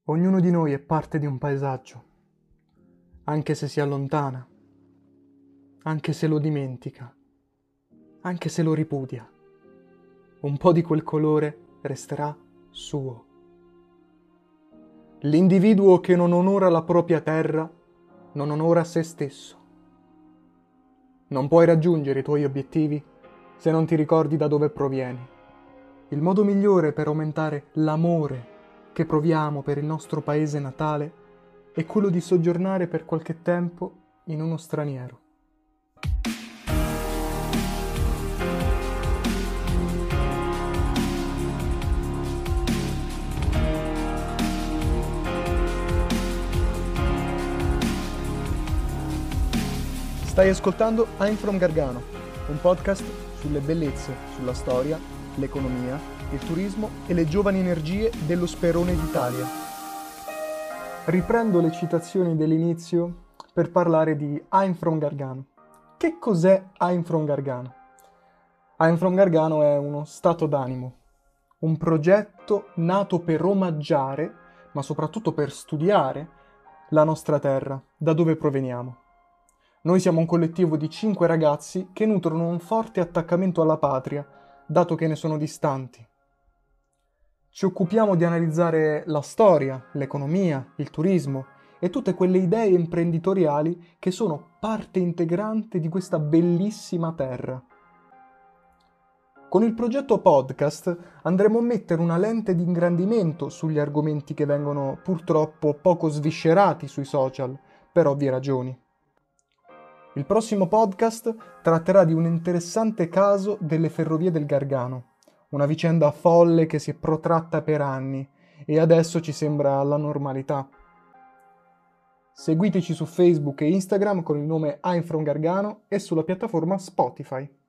Ognuno di noi è parte di un paesaggio, anche se si allontana, anche se lo dimentica, anche se lo ripudia. Un po' di quel colore resterà suo. L'individuo che non onora la propria terra non onora se stesso. Non puoi raggiungere i tuoi obiettivi se non ti ricordi da dove provieni. Il modo migliore per aumentare l'amore che proviamo per il nostro paese natale è quello di soggiornare per qualche tempo in uno straniero. Stai ascoltando I'm from Gargano, un podcast sulle bellezze, sulla storia, l'economia, il turismo e le giovani energie dello Sperone d'Italia. Riprendo le citazioni dell'inizio per parlare di I'm from Gargano. Che cos'è I'm from Gargano? I'm from Gargano è uno stato d'animo, un progetto nato per omaggiare, ma soprattutto per studiare, la nostra terra, da dove proveniamo. Noi siamo un collettivo di 5 ragazzi che nutrono un forte attaccamento alla patria, dato che ne sono distanti. Ci occupiamo di analizzare la storia, l'economia, il turismo e tutte quelle idee imprenditoriali che sono parte integrante di questa bellissima terra. Con il progetto podcast andremo a mettere una lente di ingrandimento sugli argomenti che vengono purtroppo poco sviscerati sui social, per ovvie ragioni. Il prossimo podcast tratterà di un interessante caso delle ferrovie del Gargano, una vicenda folle che si è protratta per anni e adesso ci sembra la normalità. Seguiteci su Facebook e Instagram con il nome I'm from Gargano e sulla piattaforma Spotify.